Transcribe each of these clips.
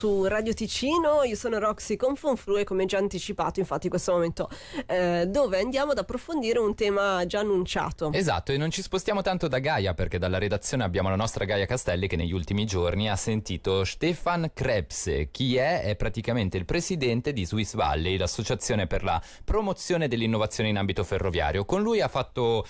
Su Radio Ticino, io sono Roxy con Funflu e come già anticipato, infatti questo momento dove andiamo ad approfondire un tema già annunciato. Esatto, e non ci spostiamo tanto da Gaia, perché dalla redazione abbiamo la nostra Gaia Castelli che negli ultimi giorni ha sentito Stefan Krebs. Chi è? È praticamente il presidente di Swiss Valley, l'associazione per la promozione dell'innovazione in ambito ferroviario. Con lui ha fatto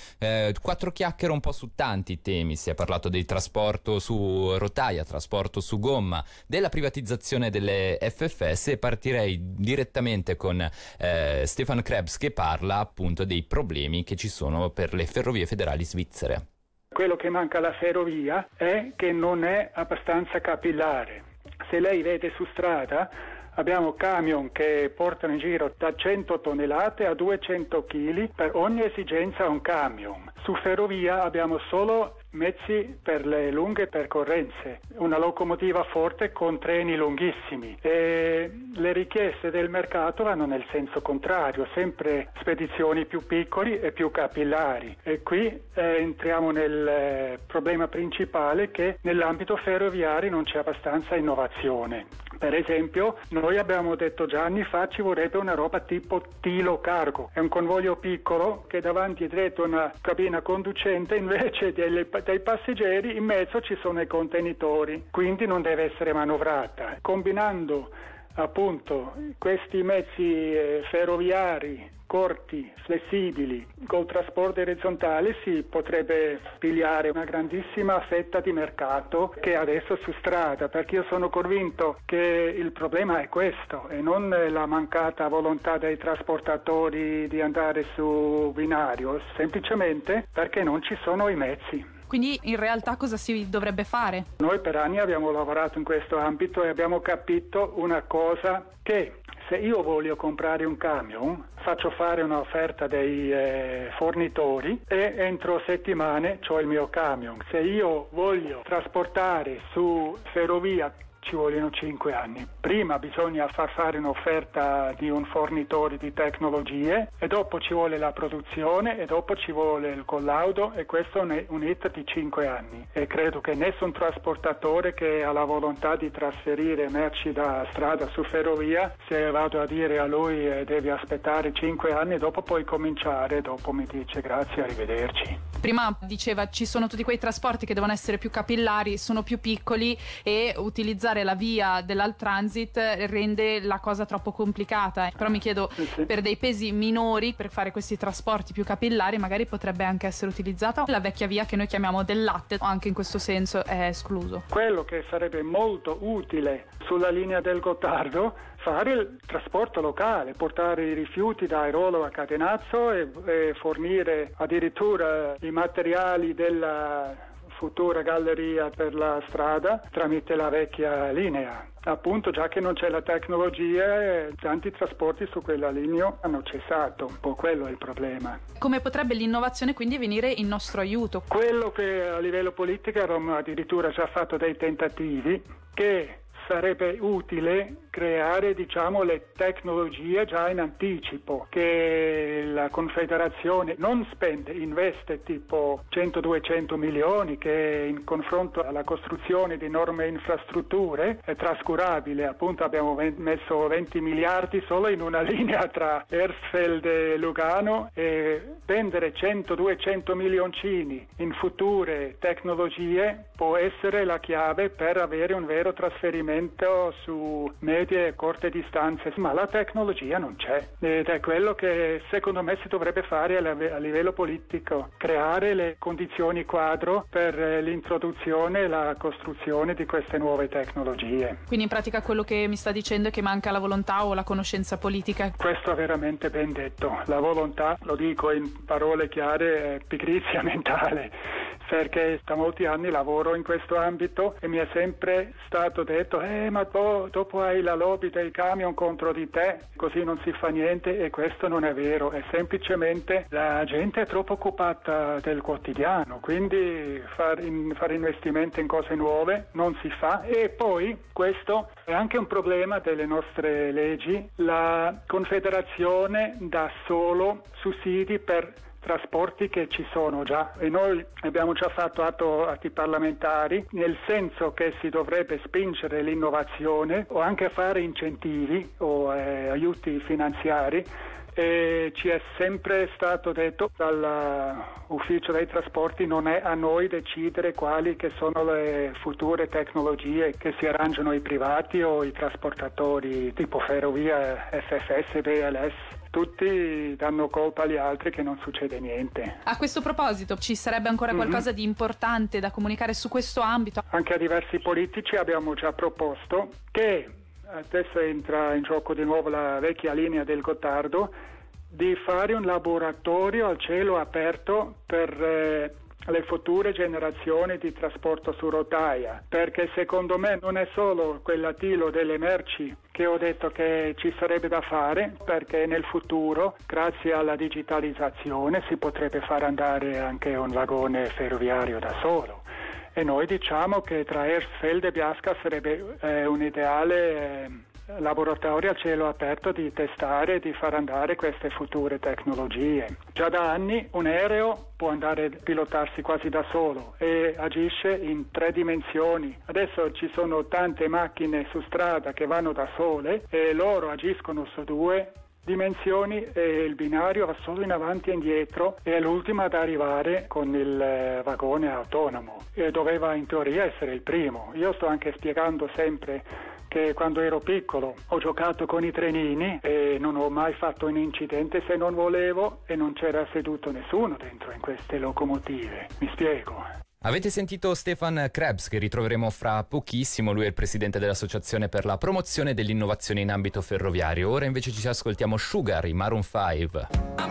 4 chiacchiere un po' su tanti temi. Si è parlato del trasporto su rotaia, trasporto su gomma, della privatizzazione delle FFS, e partirei direttamente con Stefan Krebs, che parla appunto dei problemi che ci sono per le ferrovie federali svizzere. Quello che manca alla ferrovia è che non è abbastanza capillare. Se lei vede su strada abbiamo camion che portano in giro da 100 tonnellate a 200 kg, per ogni esigenza un camion. Su ferrovia abbiamo solo mezzi per le lunghe percorrenze, una locomotiva forte con treni lunghissimi, e le richieste del mercato vanno nel senso contrario, sempre spedizioni più piccoli e più capillari, e qui entriamo nel problema principale, che nell'ambito ferroviario non c'è abbastanza innovazione. Per esempio, noi abbiamo detto già anni fa ci vorrebbe una roba tipo Tilo Cargo, è un convoglio piccolo che davanti e dietro una cabina conducente, invece dei passeggeri in mezzo ci sono i contenitori, quindi non deve essere manovrata. Combinando appunto questi mezzi ferroviari corti, flessibili, col trasporto orizzontale, si potrebbe pigliare una grandissima fetta di mercato che adesso su strada, perché io sono convinto che il problema è questo e non la mancata volontà dei trasportatori di andare su binario, semplicemente perché non ci sono i mezzi. Quindi in realtà cosa si dovrebbe fare? Noi per anni abbiamo lavorato in questo ambito e abbiamo capito una cosa, che se io voglio comprare un camion faccio fare un'offerta dei fornitori e entro settimane ho il mio camion. Se io voglio trasportare su ferrovia ci vogliono 5 anni. Prima bisogna far fare un'offerta di un fornitore di tecnologie e dopo ci vuole la produzione e dopo ci vuole il collaudo, e questo è un hit di 5 anni. E credo che nessun trasportatore che ha la volontà di trasferire merci da strada su ferrovia, se vado a dire a lui devi aspettare 5 anni, dopo puoi cominciare, dopo mi dice grazie, arrivederci. Prima diceva ci sono tutti quei trasporti che devono essere più capillari, sono più piccoli, e utilizzare la via dell'Altransit rende la cosa troppo complicata. Però mi chiedo, per dei pesi minori, per fare questi trasporti più capillari, magari potrebbe anche essere utilizzata la vecchia via che noi chiamiamo del latte, anche in questo senso è escluso. Quello che sarebbe molto utile sulla linea del Gottardo, fare il trasporto locale, portare i rifiuti da Airolo a Catenazzo e fornire addirittura i materiali della futura galleria per la strada tramite la vecchia linea. Appunto, già che non c'è la tecnologia, tanti trasporti su quella linea hanno cessato, un po' quello è il problema. Come potrebbe l'innovazione quindi venire in nostro aiuto? Quello che a livello politico abbiamo addirittura già fatto dei tentativi, che sarebbe utile creare, diciamo, le tecnologie già in anticipo, che la Confederazione non spende, investe tipo 100-200 milioni, che in confronto alla costruzione di enormi infrastrutture è trascurabile. Appunto abbiamo messo 20 miliardi solo in una linea tra Hersfeld e Lugano, e spendere 100-200 milioncini in future tecnologie può essere la chiave per avere un vero trasferimento su medie e corte distanze, ma la tecnologia non c'è, ed è quello che secondo me si dovrebbe fare a livello politico, creare le condizioni quadro per l'introduzione e la costruzione di queste nuove tecnologie. Quindi in pratica quello che mi sta dicendo è che manca la volontà o la conoscenza politica. Questo è veramente ben detto, la volontà, lo dico in parole chiare, è pigrizia mentale, perché da molti anni lavoro in questo ambito e mi è sempre stato detto ma dopo hai la lobby dei camion contro di te, così non si fa niente, e questo non è vero, è semplicemente la gente è troppo occupata del quotidiano, quindi fare investimenti in cose nuove non si fa. E poi questo è anche un problema delle nostre leggi, la Confederazione dà solo sussidi per trasporti che ci sono già, e noi abbiamo già fatto atti parlamentari nel senso che si dovrebbe spingere l'innovazione o anche fare incentivi o aiuti finanziari. E ci è sempre stato detto dall'ufficio dei trasporti: non è a noi decidere quali che sono le future tecnologie che si arrangiano i privati o i trasportatori tipo Ferrovia, FFS, BLS. Tutti danno colpa agli altri che non succede niente. A questo proposito, ci sarebbe ancora qualcosa di importante da comunicare su questo ambito? Anche a diversi politici abbiamo già proposto che, adesso entra in gioco di nuovo la vecchia linea del Gottardo, di fare un laboratorio al cielo aperto per le future generazioni di trasporto su rotaia, perché secondo me non è solo quell'attilo delle merci che ho detto che ci sarebbe da fare, perché nel futuro, grazie alla digitalizzazione, si potrebbe far andare anche un vagone ferroviario da solo. E noi diciamo che tra Hersfeld e Biasca sarebbe un ideale laboratorio a cielo aperto di testare e di far andare queste future tecnologie. Già da anni un aereo può andare a pilotarsi quasi da solo e agisce in 3 dimensioni. Adesso ci sono tante macchine su strada che vanno da sole e loro agiscono su 2 dimensioni e il binario va solo in avanti e indietro e è l'ultima ad arrivare con il vagone autonomo e doveva in teoria essere il primo. Io sto anche spiegando sempre che quando ero piccolo ho giocato con i trenini e non ho mai fatto un incidente se non volevo e non c'era seduto nessuno dentro in queste locomotive. Mi spiego. Avete sentito Stefan Krebs, che ritroveremo fra pochissimo. Lui è il presidente dell'Associazione per la promozione dell'innovazione in ambito ferroviario. Ora invece ci ascoltiamo Sugar, i Maroon 5.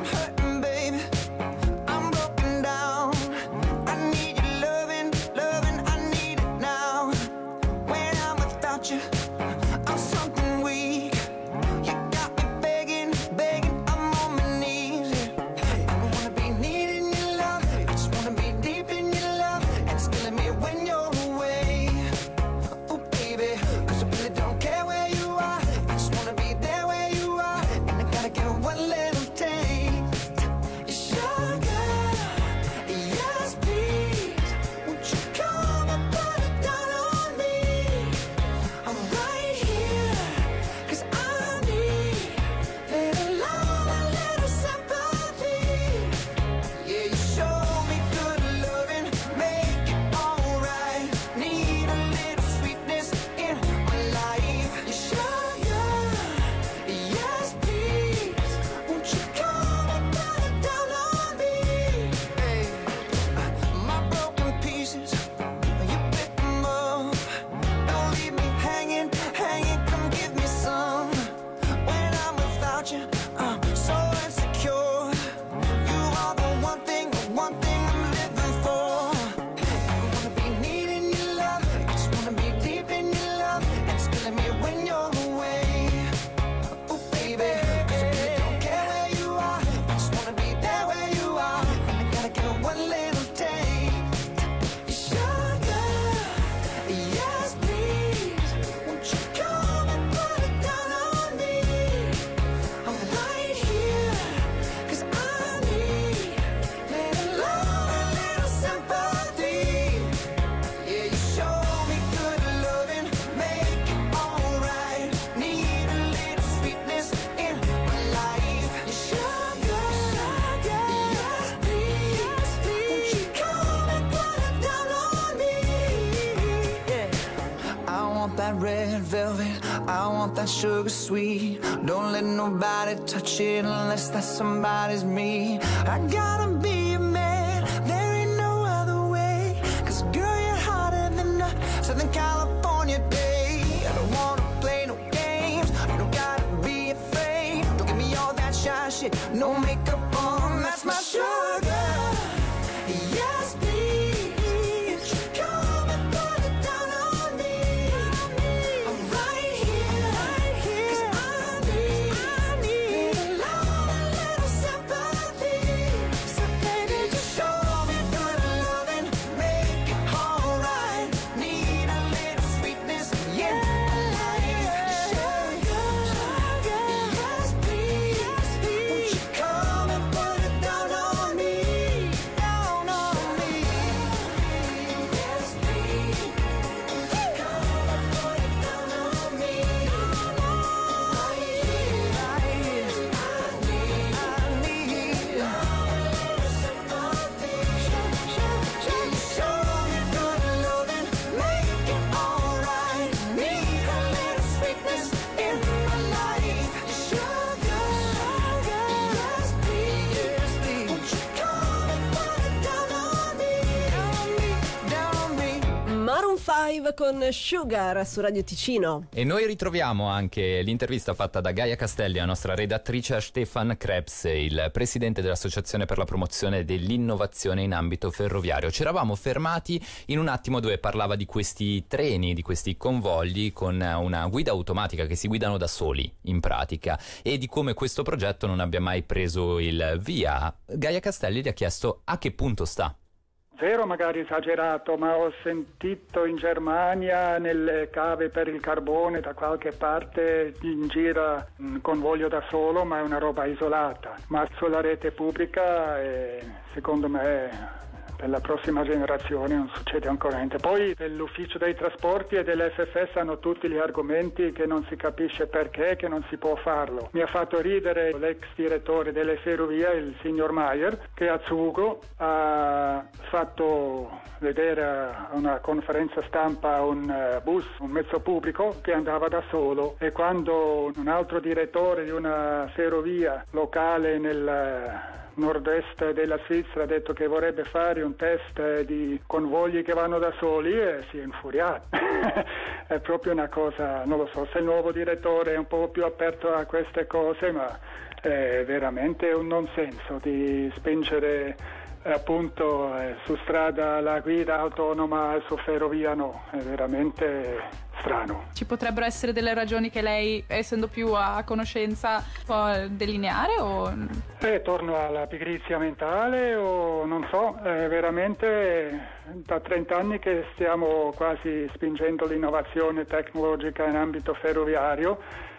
Red velvet, I want that sugar sweet. Don't let nobody touch it unless that somebody's me. I gotta be a man, there ain't no other way. 'Cause girl, you're hotter than a Southern California day. I don't wanna play no games, you don't gotta be afraid. Don't give me all that shy shit, no makeup on, that's my sugar. Yes, please. Come and Wave con Sugar su Radio Ticino. E noi ritroviamo anche l'intervista fatta da Gaia Castelli, la nostra redattrice, a Stefan Krebs, il presidente dell'Associazione per la promozione dell'innovazione in ambito ferroviario. Ci eravamo fermati in un attimo dove parlava di questi treni, di questi convogli con una guida automatica che si guidano da soli in pratica, e di come questo progetto non abbia mai preso il via. Gaia Castelli gli ha chiesto a che punto sta. Zero magari esagerato, ma ho sentito in Germania nelle cave per il carbone da qualche parte in gira un convoglio da solo, ma è una roba isolata. Ma sulla rete pubblica secondo me per la prossima generazione non succede ancora niente. Poi l'ufficio dei trasporti e dell'FFS hanno tutti gli argomenti che non si capisce perché, che non si può farlo. Mi ha fatto ridere l'ex direttore delle ferrovie, il signor Mayer, che a Zugo ha fatto vedere a una conferenza stampa un bus, un mezzo pubblico che andava da solo, e quando un altro direttore di una ferrovia locale nel nord-est della Svizzera ha detto che vorrebbe fare un test di convogli che vanno da soli, e si è infuriato. È proprio una cosa, non lo so se il nuovo direttore è un po' più aperto a queste cose, ma è veramente un non senso di spingere appunto su strada la guida autonoma e su ferrovia no, è veramente strano. Ci potrebbero essere delle ragioni che lei, essendo più a conoscenza, può delineare o... Torno alla pigrizia mentale o non so, veramente da 30 anni che stiamo quasi spingendo l'innovazione tecnologica in ambito ferroviario,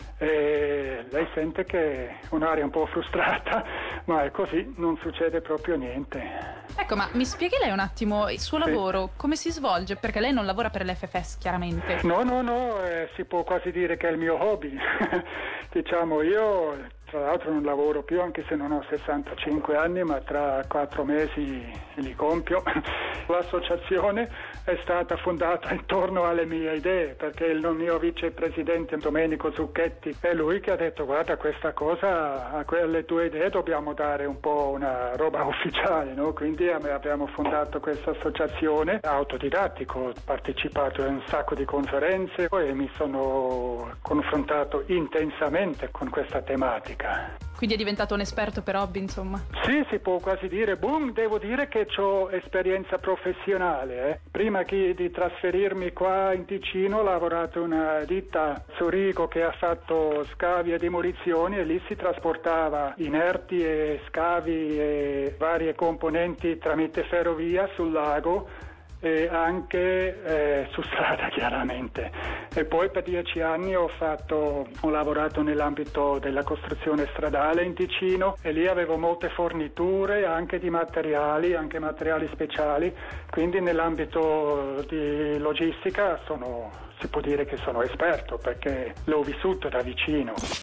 e lei sente che è un'area un po' frustrata, ma è così, non succede proprio niente. Ecco, ma mi spieghi lei un attimo il suo lavoro, come si svolge? Perché lei non lavora per l'FFS, chiaramente. No, si può quasi dire che è il mio hobby. Diciamo, io tra l'altro non lavoro più, anche se non ho 65 anni, ma tra 4 mesi li compio. L'associazione è stata fondata intorno alle mie idee, perché il mio vicepresidente Domenico Zucchetti è lui che ha detto: guarda, questa cosa, a quelle tue idee dobbiamo dare un po' una roba ufficiale, no? Quindi abbiamo fondato questa associazione, autodidattico, ho partecipato a un sacco di conferenze e mi sono confrontato intensamente con questa tematica. Quindi è diventato un esperto per hobby, insomma. Sì, si può quasi dire. Devo dire che ho esperienza professionale. Prima di trasferirmi qua in Ticino ho lavorato in una ditta a Zurigo che ha fatto scavi e demolizioni, e lì si trasportava inerti e scavi e varie componenti tramite ferrovia sul lago e anche su strada, chiaramente. E poi per 10 anni ho lavorato nell'ambito della costruzione stradale in Ticino, e lì avevo molte forniture anche di materiali, anche materiali speciali, quindi nell'ambito di logistica si può dire che sono esperto, perché l'ho vissuto da vicino.